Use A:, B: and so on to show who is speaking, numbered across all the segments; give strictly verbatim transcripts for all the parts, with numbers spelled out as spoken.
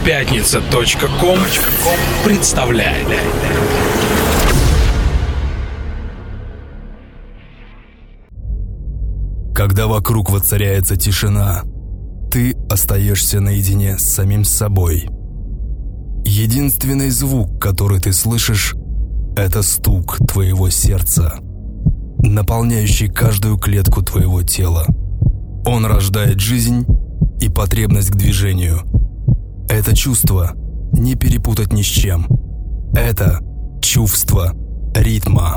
A: Пятница точка ком представляет.
B: Когда вокруг воцаряется тишина, ты остаешься наедине с самим собой. Единственный звук, который ты слышишь, это стук твоего сердца, наполняющий каждую клетку твоего тела. Он рождает жизнь и потребность к движению. Это чувство не перепутать ни с чем. Это чувство ритма.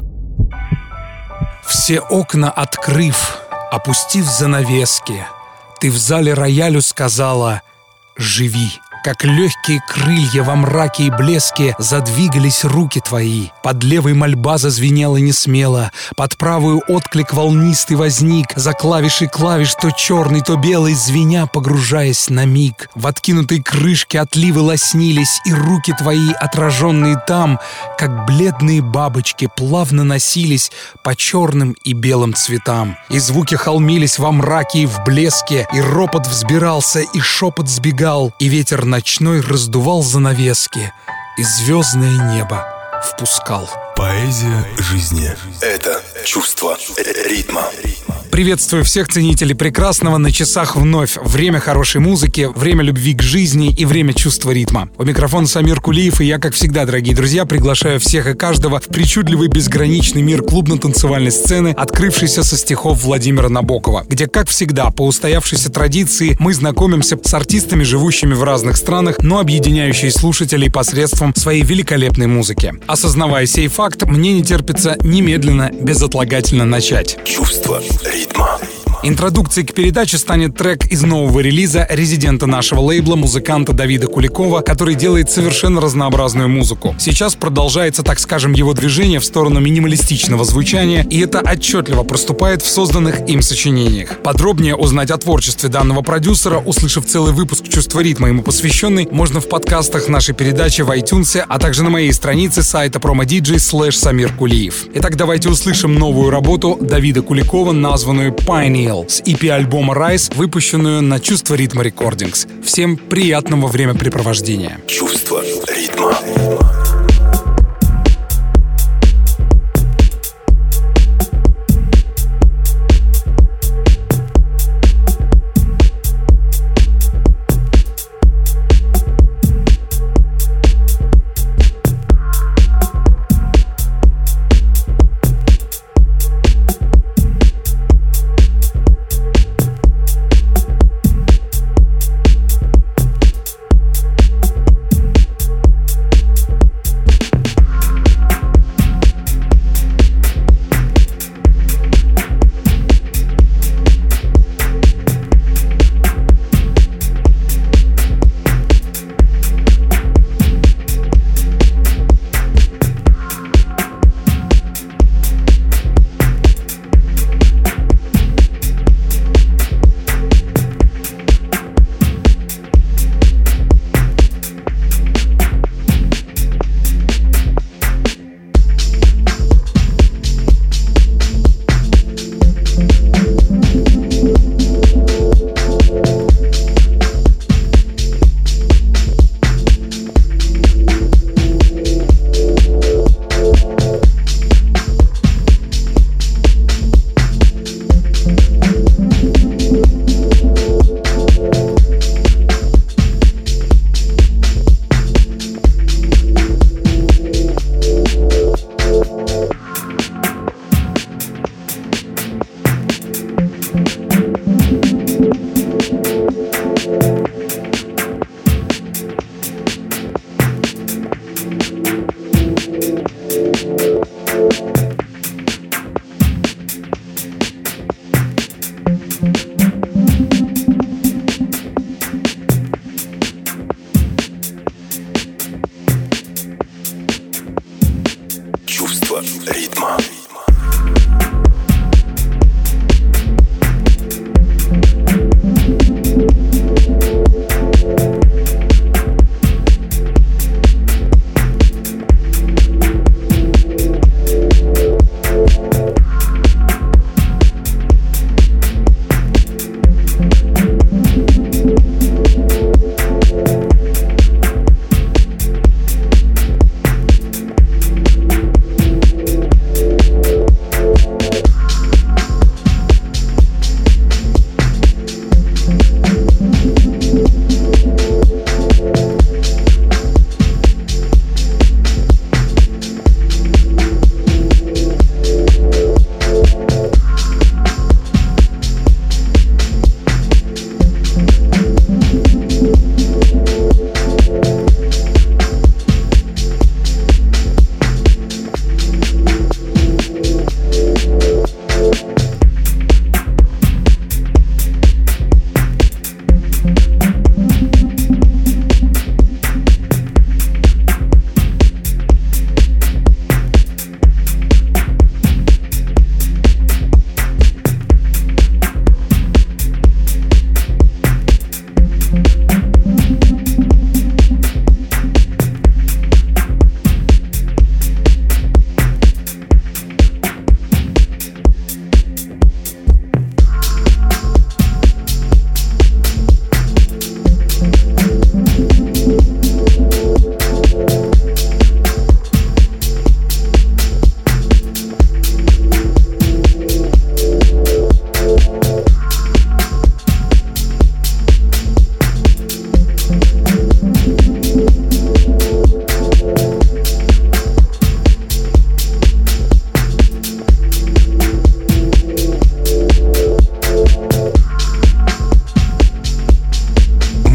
A: Все окна открыв, опустив занавески, ты в зале роялю сказала «Живи». Как легкие крылья во мраке и блеске задвигались руки твои. Под левой мольба зазвенела несмело, под правую отклик волнистый возник. За клавишей клавиш то черный, то белый, звеня, погружаясь на миг. В откинутой крышке отливы лоснились, и руки твои, отраженные там, как бледные бабочки, плавно носились по черным и белым цветам. И звуки холмились во мраке и в блеске, и ропот взбирался, и шепот сбегал, и ветер ночной раздувал занавески, и звездное небо впускал.
B: Поэзия жизни — это чувство ритма.
A: Приветствую всех ценителей прекрасного. На часах вновь время хорошей музыки, время любви к жизни и время чувства ритма. У микрофона Самир Кулиев, и я, как всегда, дорогие друзья, приглашаю всех и каждого в причудливый безграничный мир клубно-танцевальной сцены, открывшийся со стихов Владимира Набокова, где, как всегда, по устоявшейся традиции, мы знакомимся с артистами, живущими в разных странах, но объединяющие слушателей посредством своей великолепной музыки. Осознавая сей факт, мне не терпится немедленно, безотлагательно начать.
B: Чувство ритма.
A: Интродукцией к передаче станет трек из нового релиза резидента нашего лейбла, музыканта Давида Куликова, который делает совершенно разнообразную музыку. Сейчас продолжается, так скажем, его движение в сторону минималистичного звучания, и это отчетливо проступает в созданных им сочинениях. Подробнее узнать о творчестве данного продюсера, услышав целый выпуск «Чувства ритма» ему посвященный, можно в подкастах нашей передачи в iTunes, а также на моей странице сайта promodiджей слэш Самир Кулиев. Итак, давайте услышим новую работу Давида Куликова, названную Pioneer, с и пи-альбома Rise, выпущенную на Чувство ритма Recordings. Всем приятного времяпрепровождения.
B: Чувство ритма.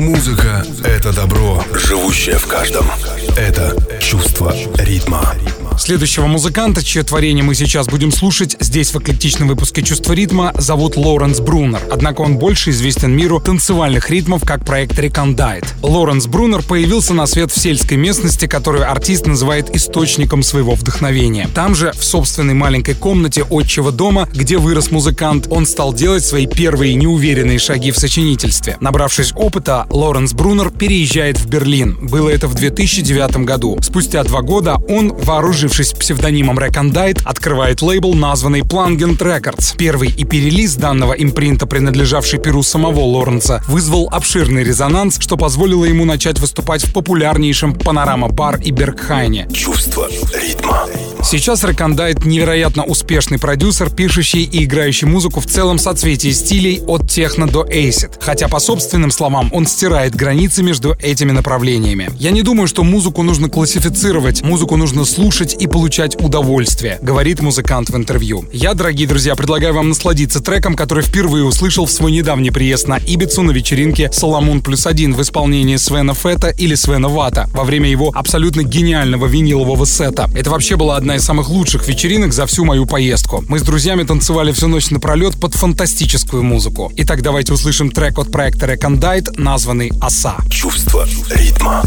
B: Музыка — это добро, живущее в каждом. Это чувство ритма.
A: Следующего музыканта, чье творение мы сейчас будем слушать, здесь в эклектичном выпуске «Чувство ритма» зовут Лоренс Брунер. Однако он больше известен миру танцевальных ритмов как проект Recondite. Лоренс Брунер появился на свет в сельской местности, которую артист называет источником своего вдохновения. Там же, в собственной маленькой комнате отчего дома, где вырос музыкант, он стал делать свои первые неуверенные шаги в сочинительстве. Набравшись опыта, Лоренс Брунер переезжает в Берлин. Было это в две тысячи девятом году. Спустя два года он, вооружившись псевдонимом Recondite, открывает лейбл, названный Plangent Records. Первый и перелиз данного импринта, принадлежавший перу самого Лоренса, вызвал обширный резонанс, что позволило ему начать выступать в популярнейшем Панорама-бар и Бергхайне.
B: Чувство ритма.
A: Сейчас Recondite — невероятно успешный продюсер, пишущий и играющий музыку в целом соцветии стилей от техно до acid. Хотя, по собственным словам, он стирает границы между этими направлениями. Я не думаю, что музыку нужно классифицировать, музыку нужно слушать и получать удовольствие, говорит музыкант в интервью. Я, дорогие друзья, предлагаю вам насладиться треком, который впервые услышал в свой недавний приезд на Ибицу на вечеринке «Соломон плюс один» в исполнении Свена Фета или Свена Вата во время его абсолютно гениального винилового сета. Это вообще была одна из самых лучших вечеринок за всю мою поездку. Мы с друзьями танцевали всю ночь напролет под фантастическую музыку. Итак, давайте услышим трек от проекта Recondite, названный «Оса».
B: Чувство ритма.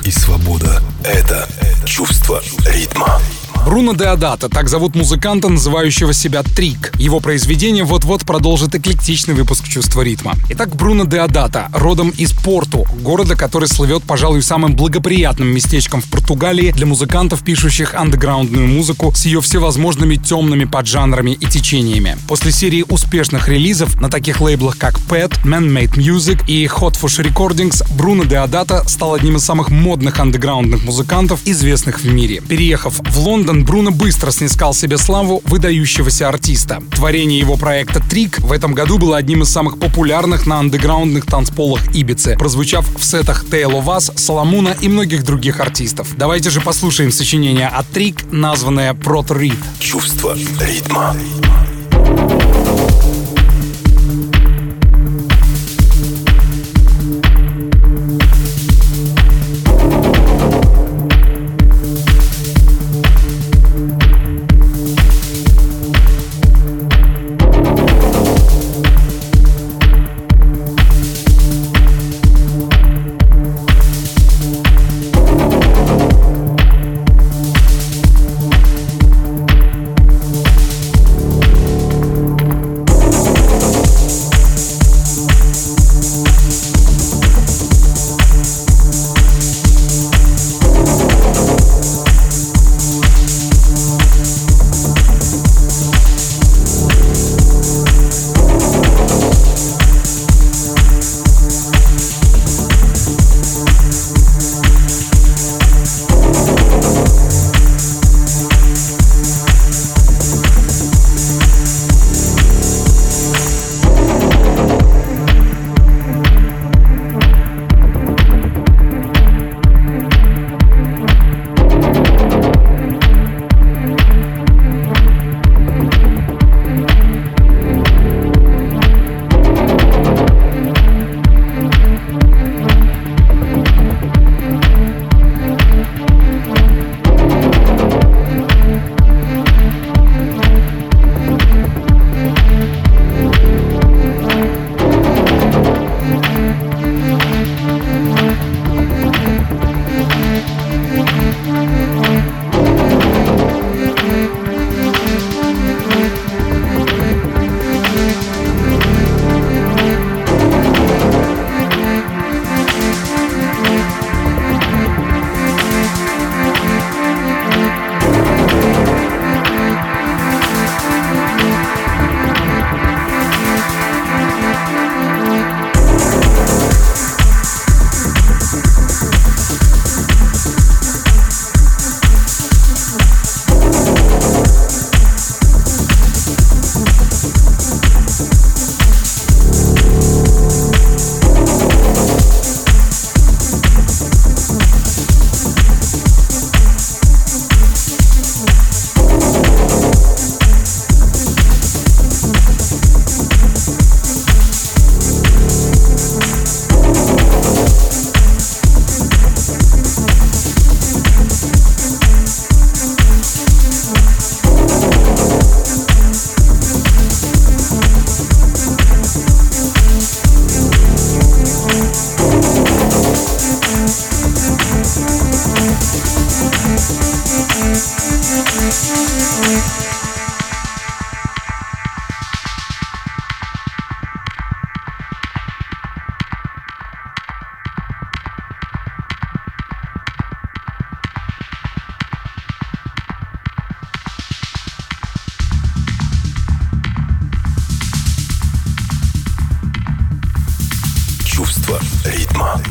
B: и свобода — это чувство ритма.
A: Бруно Деодато, так зовут музыканта, называющего себя Трик. Его произведение вот-вот продолжит эклектичный выпуск «Чувства ритма». Итак, Бруно Деодато, родом из Порту, города, который слывет, пожалуй, самым благоприятным местечком в Португалии для музыкантов, пишущих андеграундную музыку с ее всевозможными темными поджанрами и течениями. После серии успешных релизов на таких лейблах, как Pet, Man-Made Music и Hot Fush Recordings, Бруно Деодато стал одним из самых модных андеграундных музыкантов, известных в мире. Переехав в Лондон, Бруно быстро снискал себе славу выдающегося артиста. Творение его проекта «Трик» в этом году было одним из самых популярных на андеграундных танцполах Ибицы, прозвучав в сетах Tale of Us, Соломуна и многих других артистов. Давайте же послушаем сочинение от «Трик», названное «Proto Rhythm».
B: Чувство ритма.
C: Чувство ритма.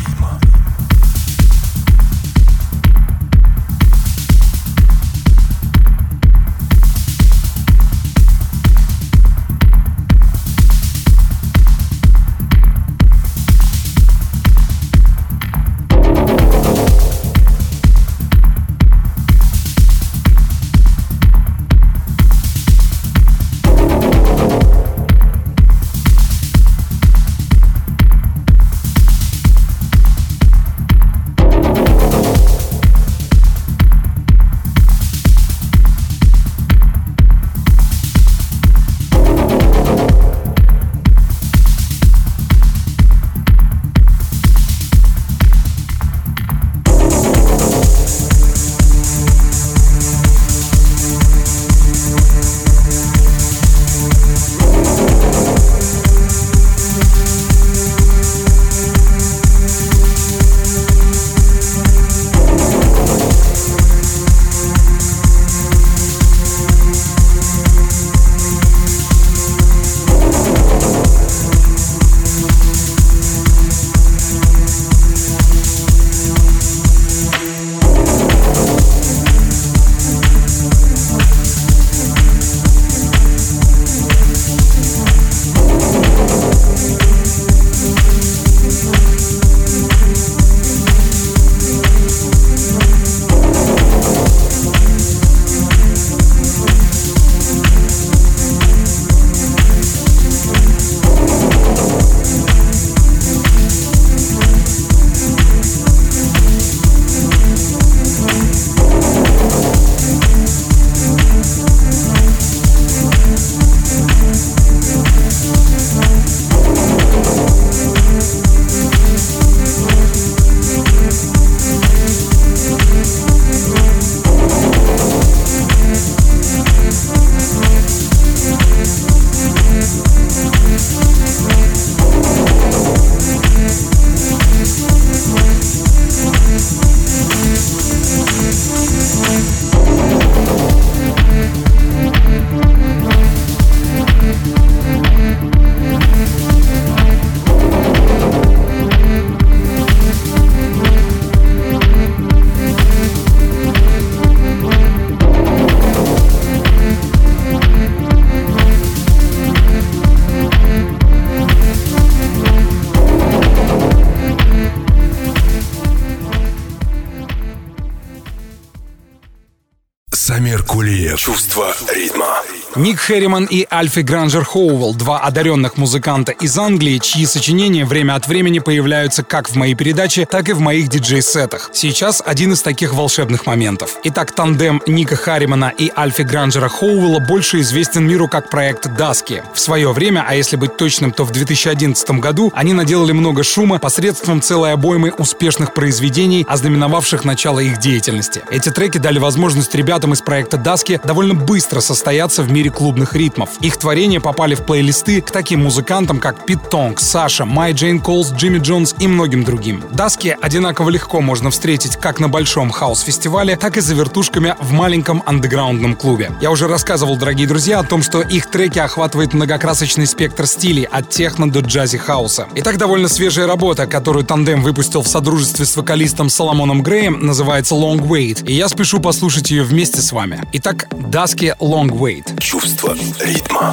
C: Самир Кулиев. Чувство ритма.
A: Ник Хэрриман и Альфи Гранжер Хоуэлл, два одаренных музыканта из Англии, чьи сочинения время от времени появляются как в моей передаче, так и в моих диджей-сетах. Сейчас один из таких волшебных моментов. Итак, тандем Ника Хэрримана и Альфи Гранжера Хоуэлла больше известен миру как проект Dusky. В свое время, а если быть точным, то в две тысячи одиннадцатом году, они наделали много шума посредством целой обоймы успешных произведений, ознаменовавших начало их деятельности. Эти треки дали возможность ребятам из проекта Dusky довольно быстро состояться в мире клубных ритмов. Их творения попали в плейлисты к таким музыкантам, как Пит Тонг, Саша, Май Джейн Колс, Джимми Джонс и многим другим. Dusky одинаково легко можно встретить как на большом хаус-фестивале, так и за вертушками в маленьком андеграундном клубе. Я уже рассказывал, дорогие друзья, о том, что их треки охватывают многокрасочный спектр стилей от техно до джази-хауса. Итак, довольно свежая работа, которую тандем выпустил в содружестве с вокалистом Соломоном Греем, называется Long Wait, и я спешу послушать ее вместе с вами. Итак, Dusky Long Wait.
C: Чувство ритма.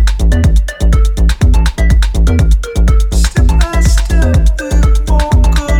D: Step by step, we walk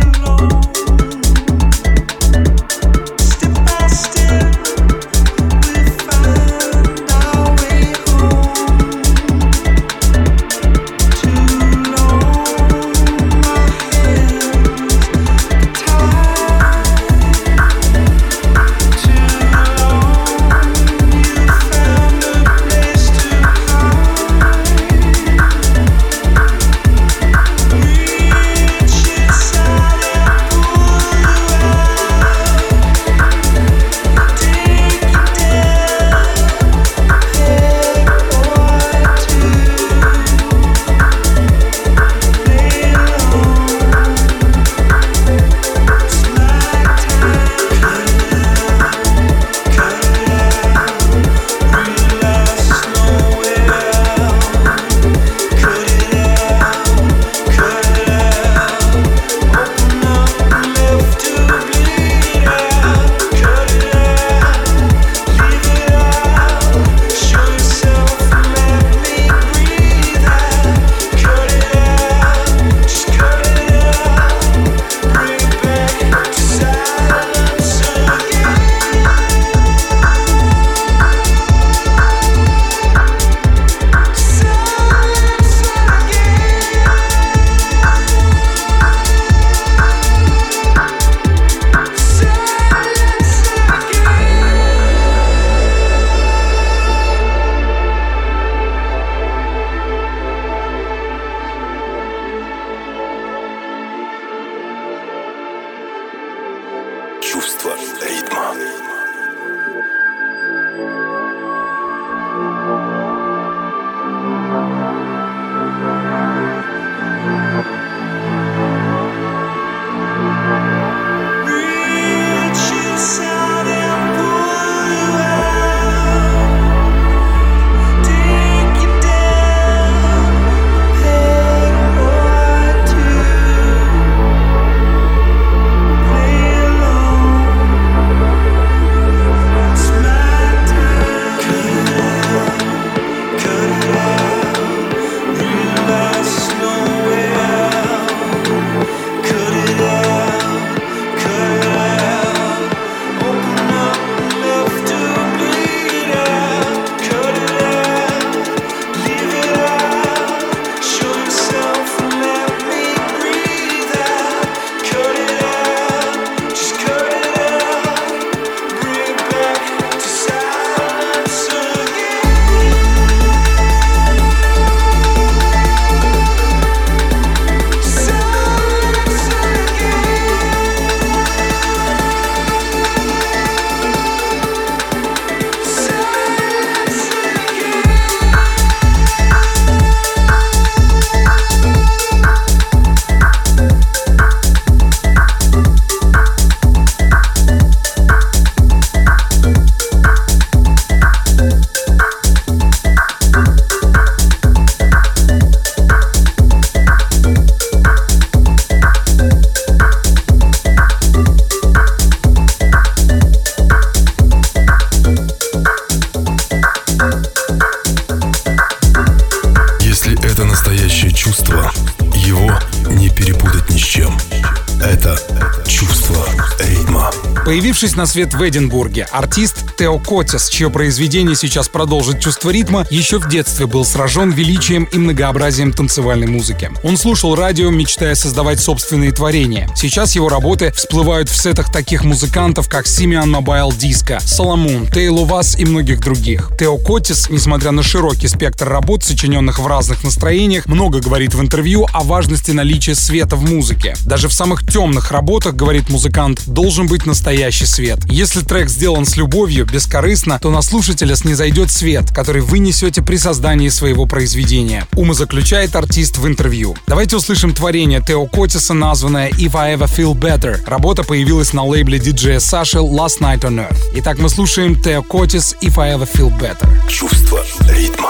A: Появившись на свет в Эдинбурге, артист Тео Котис, чье произведение сейчас продолжит чувство ритма, еще в детстве был сражен величием и многообразием танцевальной музыки. Он слушал радио, мечтая создавать собственные творения. Сейчас его работы всплывают в сетах таких музыкантов, как Simian Mobile Disco, Solomon, Taylor Вас и многих других. Тео Котис, несмотря на широкий спектр работ, сочиненных в разных настроениях, много говорит в интервью о важности наличия света в музыке. Даже в самых темных работах, говорит музыкант, должен быть настоящий свет. Если трек сделан с любовью, бескорыстно, то на слушателя снизойдет свет, который вы несете при создании своего произведения. Умозаключает артист в интервью. Давайте услышим творение Тео Котиса, названное If I Ever Feel Better. Работа появилась на лейбле диджея Саши Last Night on Earth. Итак, мы слушаем Тео Котис If I Ever Feel Better.
C: Чувство ритма.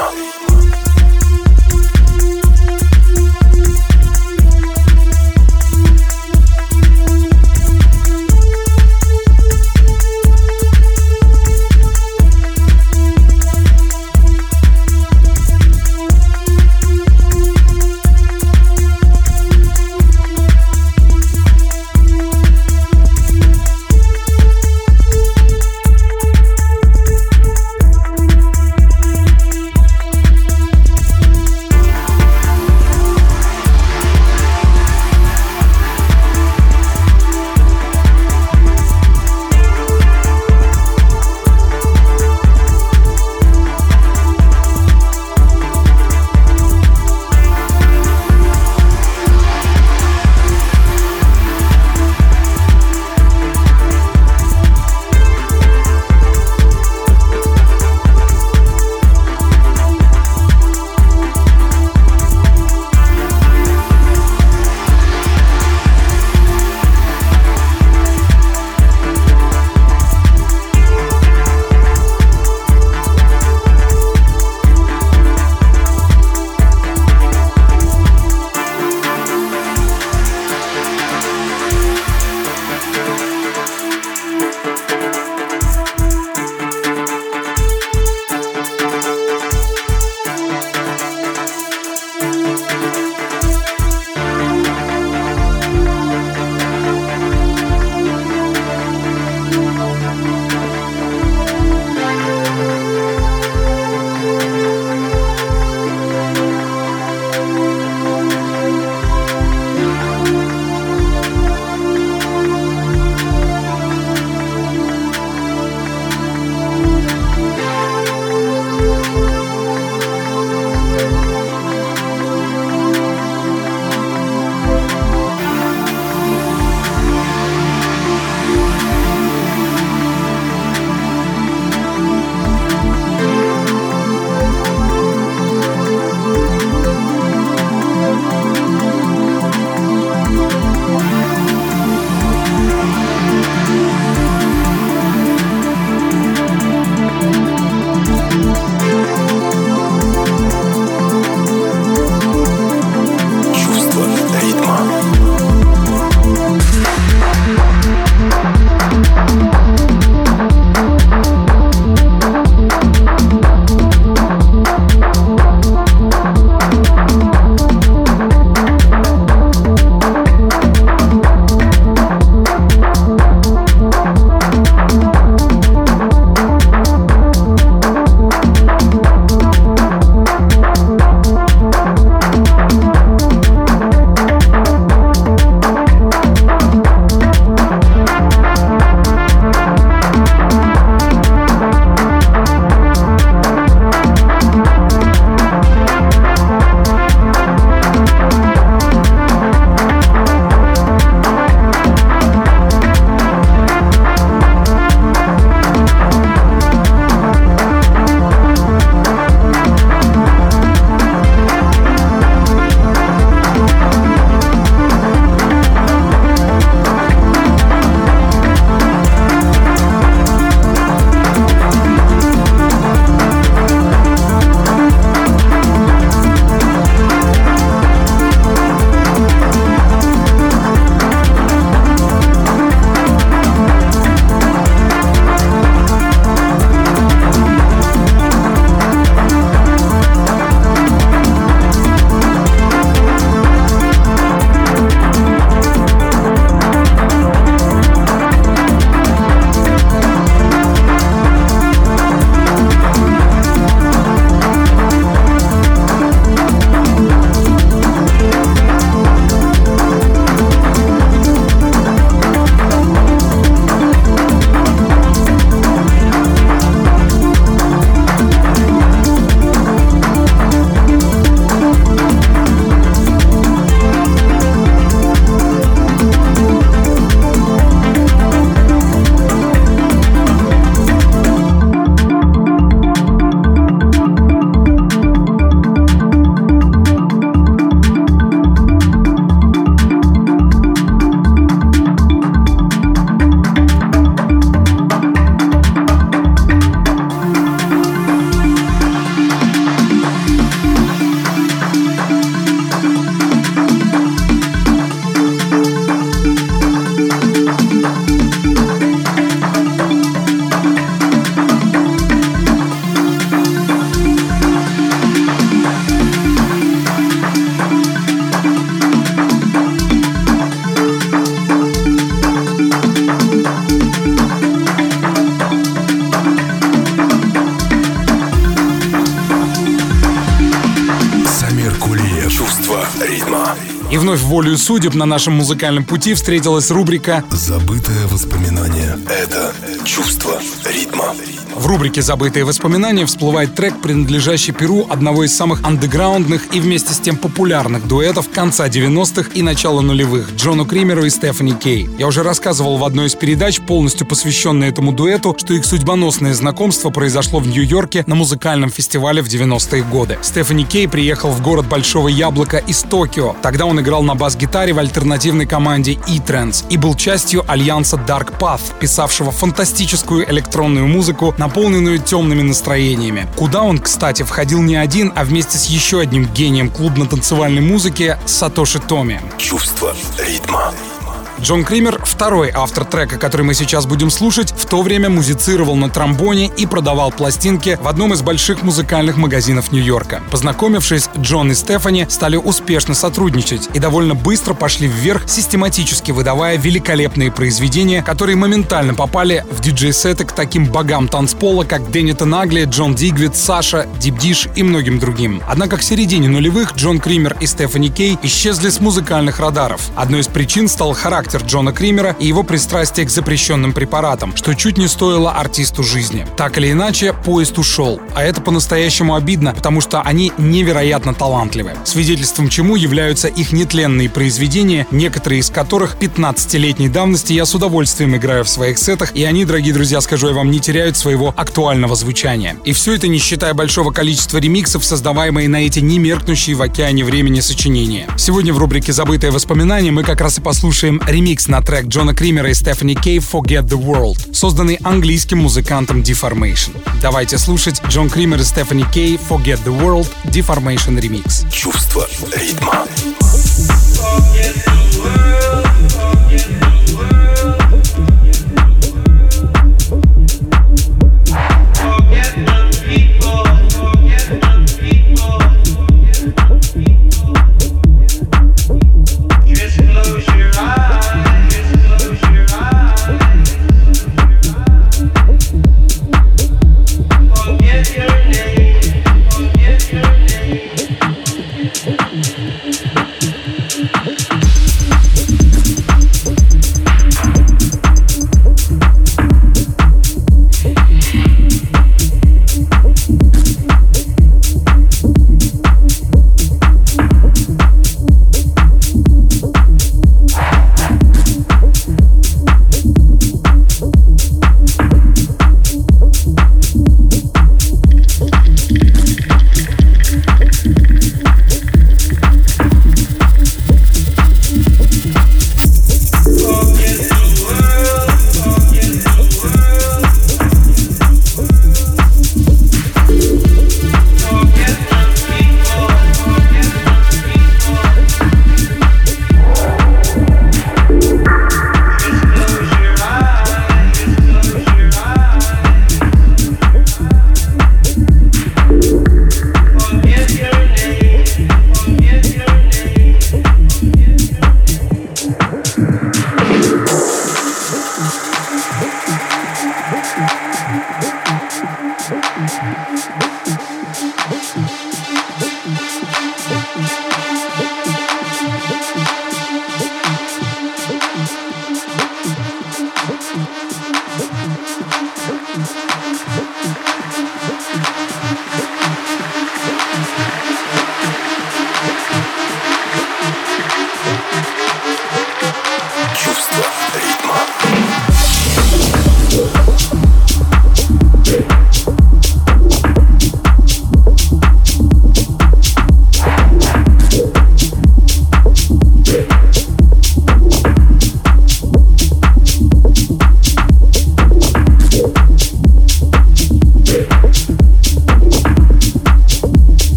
A: И вновь волею судеб на нашем музыкальном пути встретилась рубрика
C: «Забытое воспоминание». Это чувство ритма.
A: В рубрике «Забытые воспоминания» всплывает трек, принадлежащий перу одного из самых андеграундных и вместе с тем популярных дуэтов конца девяностых и начала нулевых — Джону Кримеру и Стефани Кей. Я уже рассказывал в одной из передач, полностью посвященной этому дуэту, что их судьбоносное знакомство произошло в Нью-Йорке на музыкальном фестивале в девяностые годы. Стефани Кей приехал в город Большого Яблока из Токио. Тогда он играл на бас-гитаре в альтернативной команде E-Trance и был частью альянса Dark Path, писавшего фантастическую электронную музыку, наполненную темными настроениями. Куда он, кстати, входил не один, а вместе с еще одним гением клубно-танцевальной музыки Сатоши Томи.
C: Чувство ритма.
A: Джон Кример, второй автор трека, который мы сейчас будем слушать, в то время музицировал на тромбоне и продавал пластинки в одном из больших музыкальных магазинов Нью-Йорка. Познакомившись, Джон и Стефани стали успешно сотрудничать и довольно быстро пошли вверх, систематически выдавая великолепные произведения, которые моментально попали в диджей-сеты к таким богам танцпола, как Деннитон Агли, Джон Дигвид, Саша, Дип Диш и многим другим. Однако к середине нулевых Джон Кример и Стефани Кей исчезли с музыкальных радаров. Одной из причин стал характер Джона Кримера и его пристрастие к запрещенным препаратам, что чуть не стоило артисту жизни. Так или иначе, поезд ушел. А это по-настоящему обидно, потому что они невероятно талантливы. Свидетельством чему являются их нетленные произведения, некоторые из которых пятнадцатилетней давности я с удовольствием играю в своих сетах, и они, дорогие друзья, скажу я вам, не теряют своего актуального звучания. И все это не считая большого количества ремиксов, создаваемые на эти немеркнущие в океане времени сочинения. Сегодня в рубрике «Забытые воспоминания» мы как раз и послушаем ремикс на трек Джона Кримера и Стефани Кей «Forget the World», созданный английским музыкантом Deformation. Давайте слушать Джон Кример и Стефани Кей «Forget the World» Deformation ремикс.
C: Чувство ритма.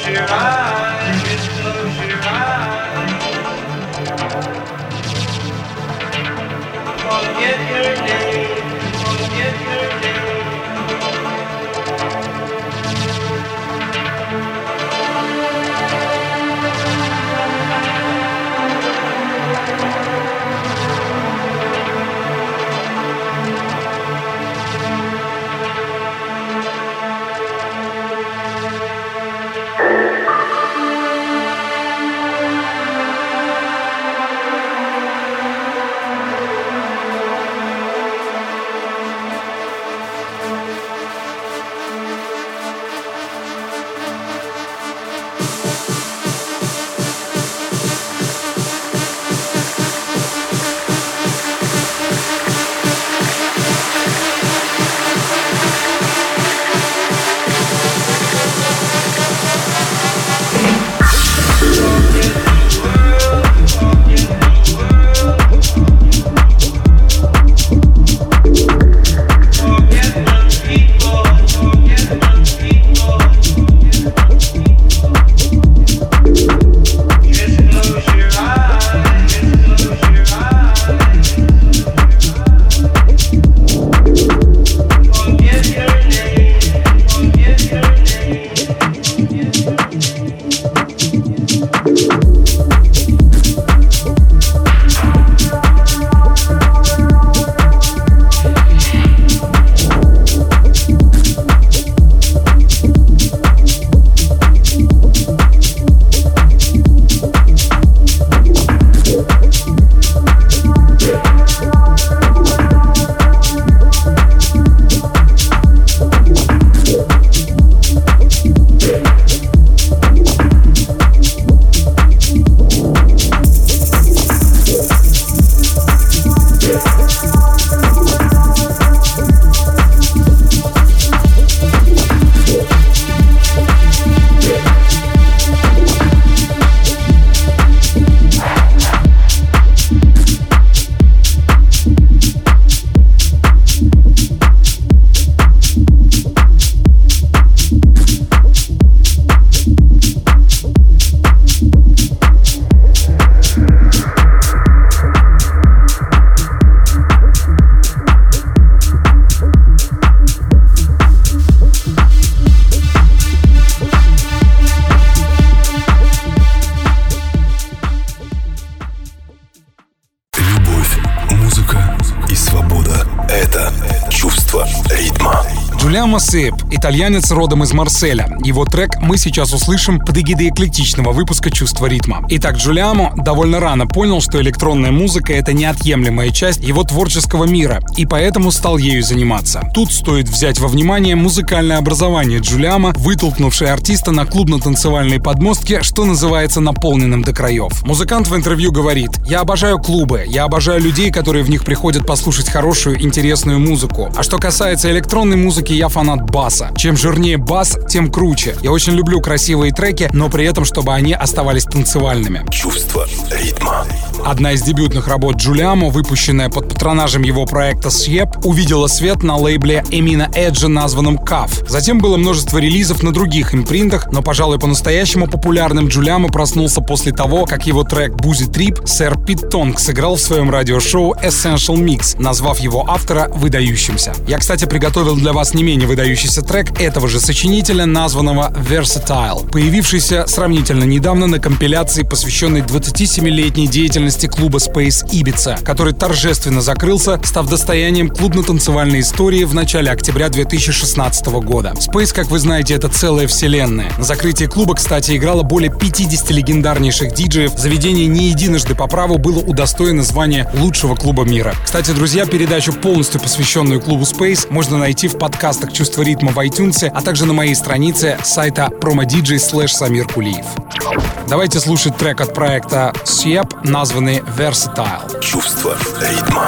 A: Джулиано Сеп, итальянец родом из Марселя. Его трек мы сейчас услышим под эгидой эклектичного выпуска «Чувство ритма». Итак, Джулиано довольно рано понял, что электронная музыка — это неотъемлемая часть его творческого мира, и поэтому стал ею заниматься. Тут стоит взять во внимание музыкальное образование Джулиано, вытолкнувшее артиста на клубно-танцевальные подмостки, что называется, наполненным до краев. Музыкант в интервью говорит: «Я обожаю клубы, я обожаю людей, которые в них приходят послушать хорошую, интересную музыку. А что касается электронной музыки, я фанат баса. Чем жирнее бас, тем круче. Я очень люблю красивые треки, но при этом, чтобы они оставались танцевальными».
C: Чувство ритма.
A: Одна из дебютных работ Джулиано, выпущенная под патронажем его проекта Сьеп, увидела свет на лейбле Эмина Эджа, названном Каф. Затем было множество релизов на других импринтах, но, пожалуй, по-настоящему популярным Джулиано проснулся после того, как его трек «Boozy Trip» сэр Пит Тонг сыграл в своем радиошоу Essential Mix, назвав его автора выдающимся. Я, кстати, приготовил для вас не менее выдающийся трек этого же сочинителя, названного Versatile, появившийся сравнительно недавно на компиляции, посвященной двадцатисемилетней деятельности клуба Space Ibiza, который торжественно закрылся, став достоянием клубно-танцевальной истории в начале октября две тысячи шестнадцатого года. Space, как вы знаете, это целая вселенная. На закрытии клуба, кстати, играло более пятидесяти легендарнейших диджеев. Заведение не единожды по праву было удостоено звания лучшего клуба мира. Кстати, друзья, передачу, полностью посвященную клубу Space, можно найти в подкастах «Чувство ритма» в iTunes, а также на моей странице сайта promodj слэш Самир Кулиев. Давайте слушать трек от проекта Сьеп, названный Versatile.
C: Чувство ритма.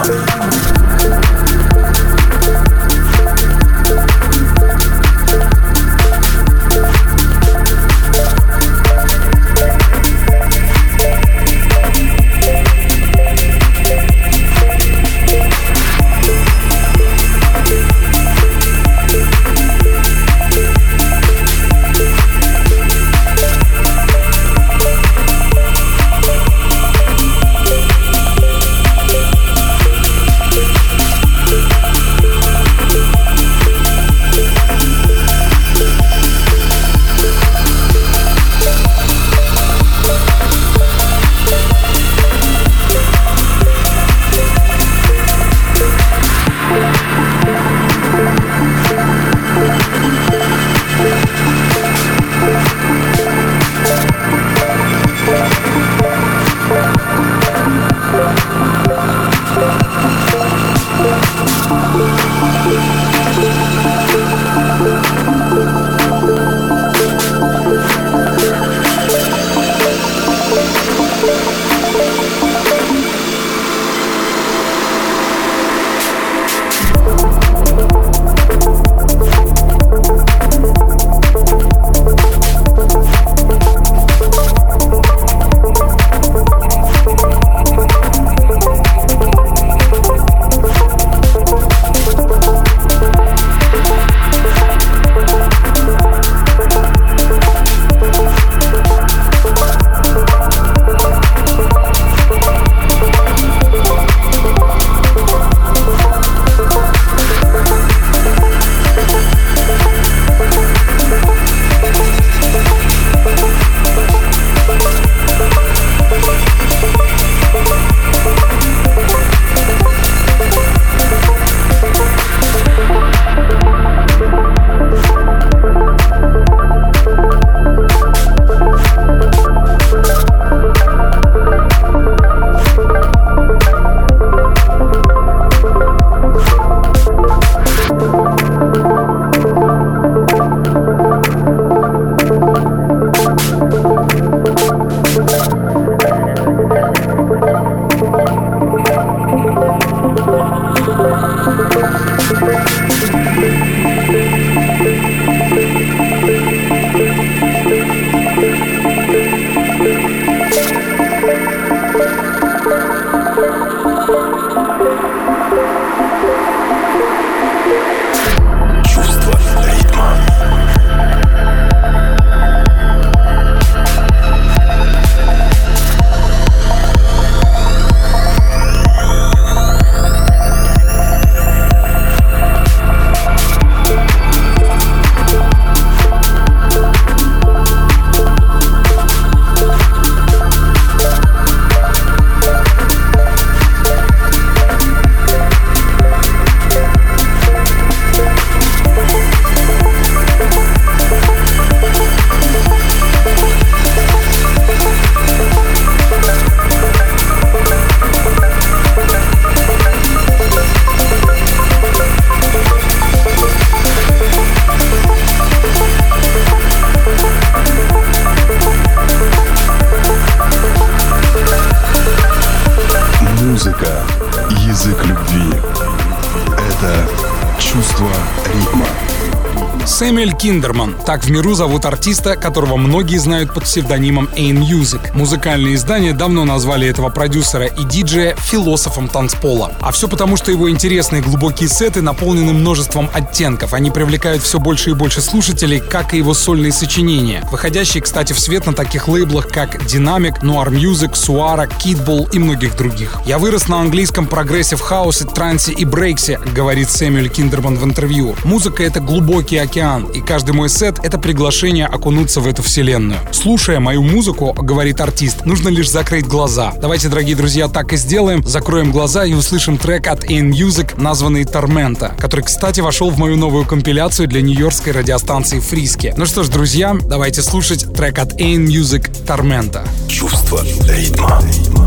A: Сэмюэль Киндерман. Так в миру зовут артиста, которого многие знают под псевдонимом A-Music. Музыкальные издания давно назвали этого продюсера и диджея философом танцпола. А все потому, что его интересные глубокие сеты наполнены множеством оттенков. Они привлекают все больше и больше слушателей, как и его сольные сочинения, выходящие, кстати, в свет на таких лейблах, как Dynamic, Noir Music, Suara, Kidball и многих других. «Я вырос на английском прогрессив хаусе, трансе и брейксе», говорит Сэмюэль Киндерман в интервью. «Музыка — это глубокий океан, и каждый мой сет — это приглашение окунуться в эту вселенную. Слушая мою музыку, — говорит артист, — нужно лишь закрыть глаза. Давайте, дорогие друзья, так и сделаем. Закроем глаза и услышим трек от A-Music, названный Tormenta, который, кстати, вошел в мою новую компиляцию для нью-йоркской радиостанции Фриски. Ну что ж, друзья, давайте слушать трек от A-Music Tormenta.
C: Чувство ритма.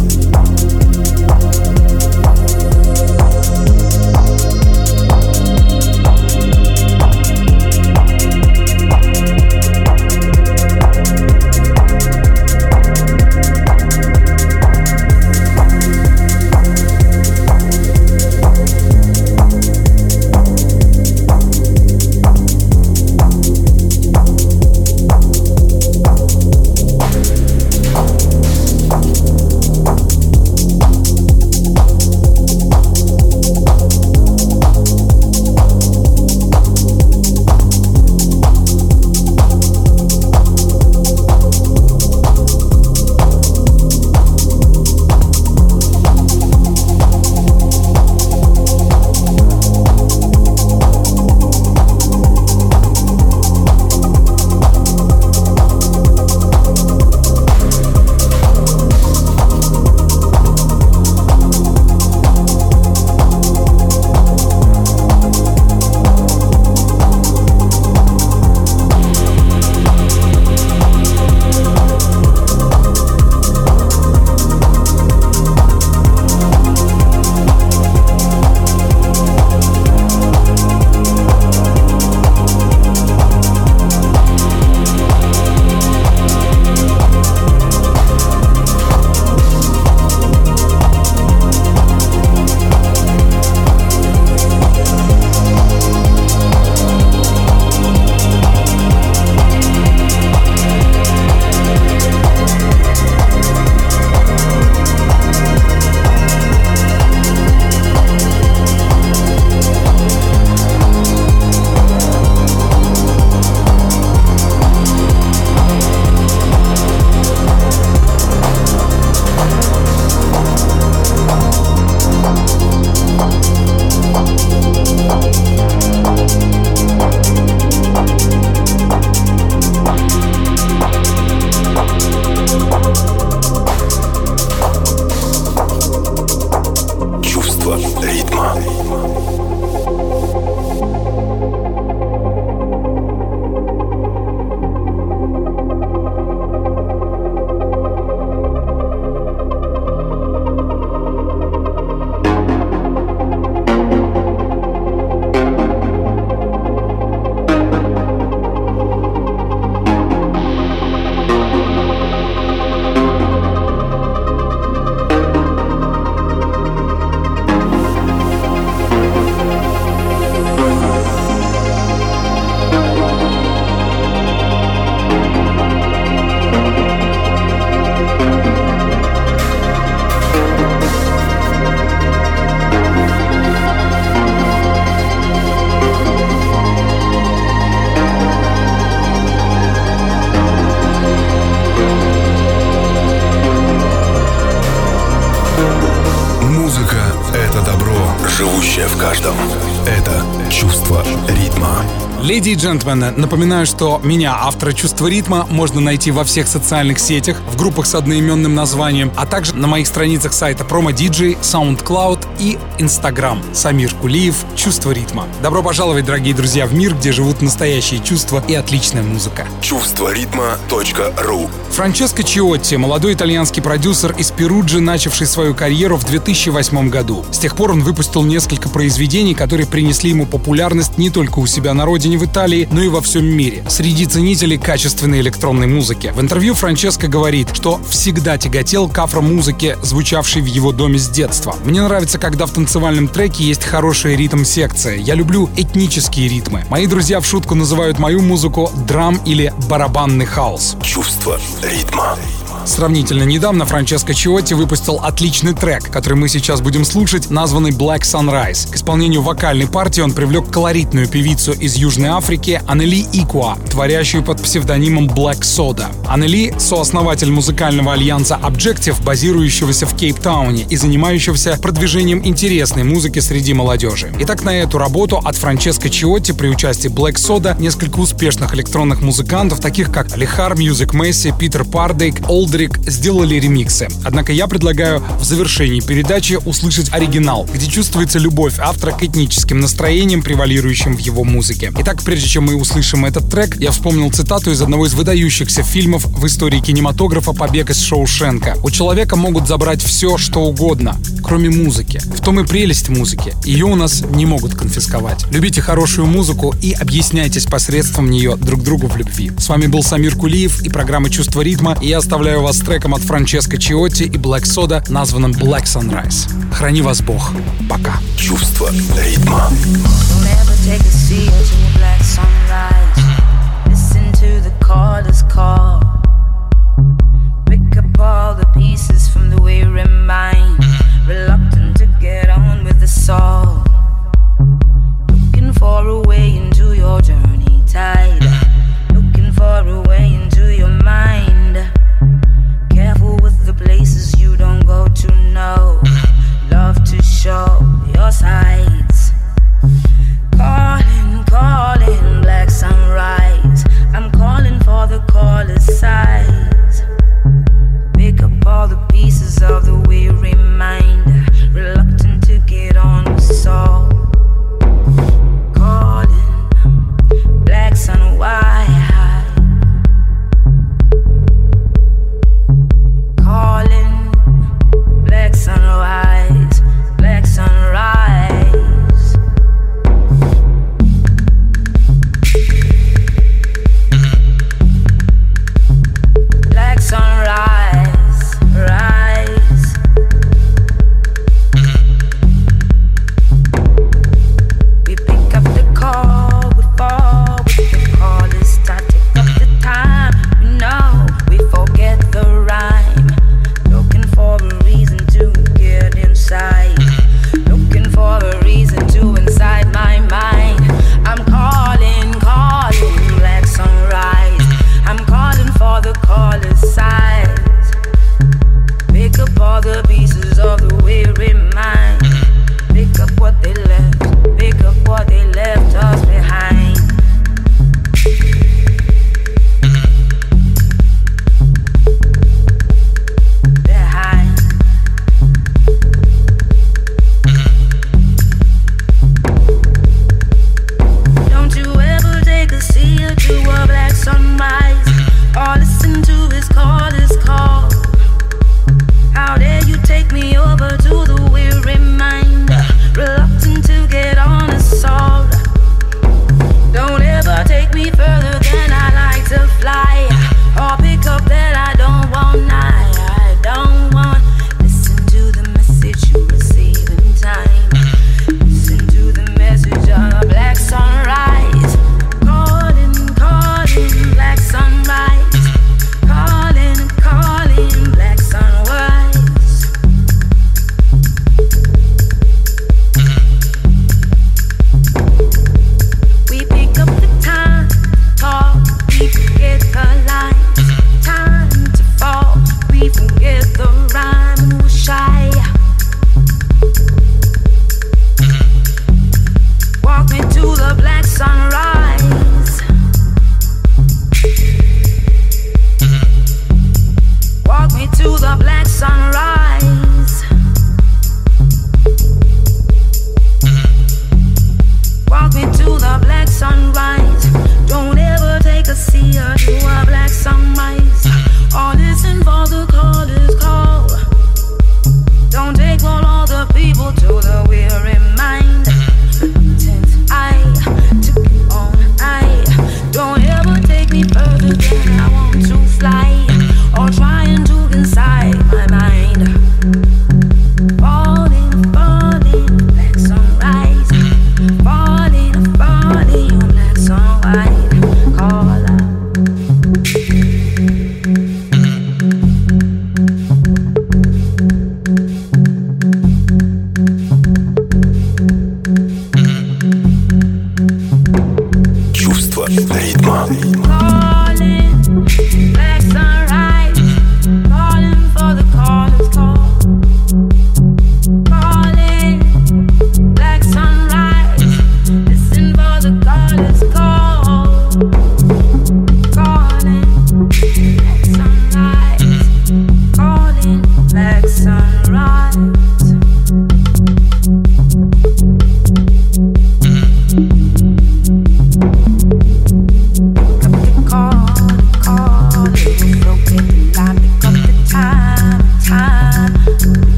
C: живущее в каждом. Это чувство ритма.
A: Леди и джентльмены, напоминаю, что меня, автора «Чувства ритма», можно найти во всех социальных сетях, в группах с одноименным названием, а также на моих страницах сайта PromoDJ, SoundCloud и Instagram. Самир Кулиев, «Чувство ритма». Добро пожаловать, дорогие друзья, в мир, где живут настоящие чувства и отличная музыка.
C: чувство ритма точка ру.
A: Франческо Чиотти, молодой итальянский продюсер из Перуджи, начавший свою карьеру в две тысячи восьмом году. С тех пор он выпустил несколько произведений, которые принесли ему популярность не только у себя на родине, родине в Италии, но и во всем мире, среди ценителей качественной электронной музыки. В интервью Франческо говорит, что всегда тяготел к афро-музыке, звучавшей в его доме с детства. «Мне нравится, когда в танцевальном треке есть хорошая ритм-секция. Я люблю этнические ритмы. Мои друзья в шутку называют мою музыку драм или барабанный хаос».
C: Чувство ритма.
A: Сравнительно недавно Франческо Чиотти выпустил отличный трек, который мы сейчас будем слушать, названный Black Sunrise. К исполнению вокальной партии он привлек колоритную певицу из Южной Африки Аннели Икуа, творящую под псевдонимом Black Soda. Аннели — сооснователь музыкального альянса Objective, базирующегося в Кейптауне и занимающегося продвижением интересной музыки среди молодежи. Итак, на эту работу от Франческо Чиотти при участии Black Soda несколько успешных электронных музыкантов, таких как Лихар, Music Messi, Питер Пардейк, Олдрик, сделали ремиксы. Однако я предлагаю в завершении передачи услышать оригинал, где чувствуется любовь автора к этническим настроениям, превалирующим в его музыке. Итак, прежде чем мы услышим этот трек, я вспомнил цитату из одного из выдающихся фильмов в истории кинематографа «Побег из Шоушенка». У человека могут забрать все, что угодно, кроме музыки. В том и прелесть музыки. Ее у нас не могут конфисковать. Любите хорошую музыку и объясняйтесь посредством нее друг другу в любви. С вами был Самир Кулиев и программа «Чувство ритма», и я оставляю вас с треком от Франческо Чиотти и Black Soda, названным Black Sunrise. Храни вас Бог. Пока.
C: Чувство ритма.
D: Listen to the chorus call.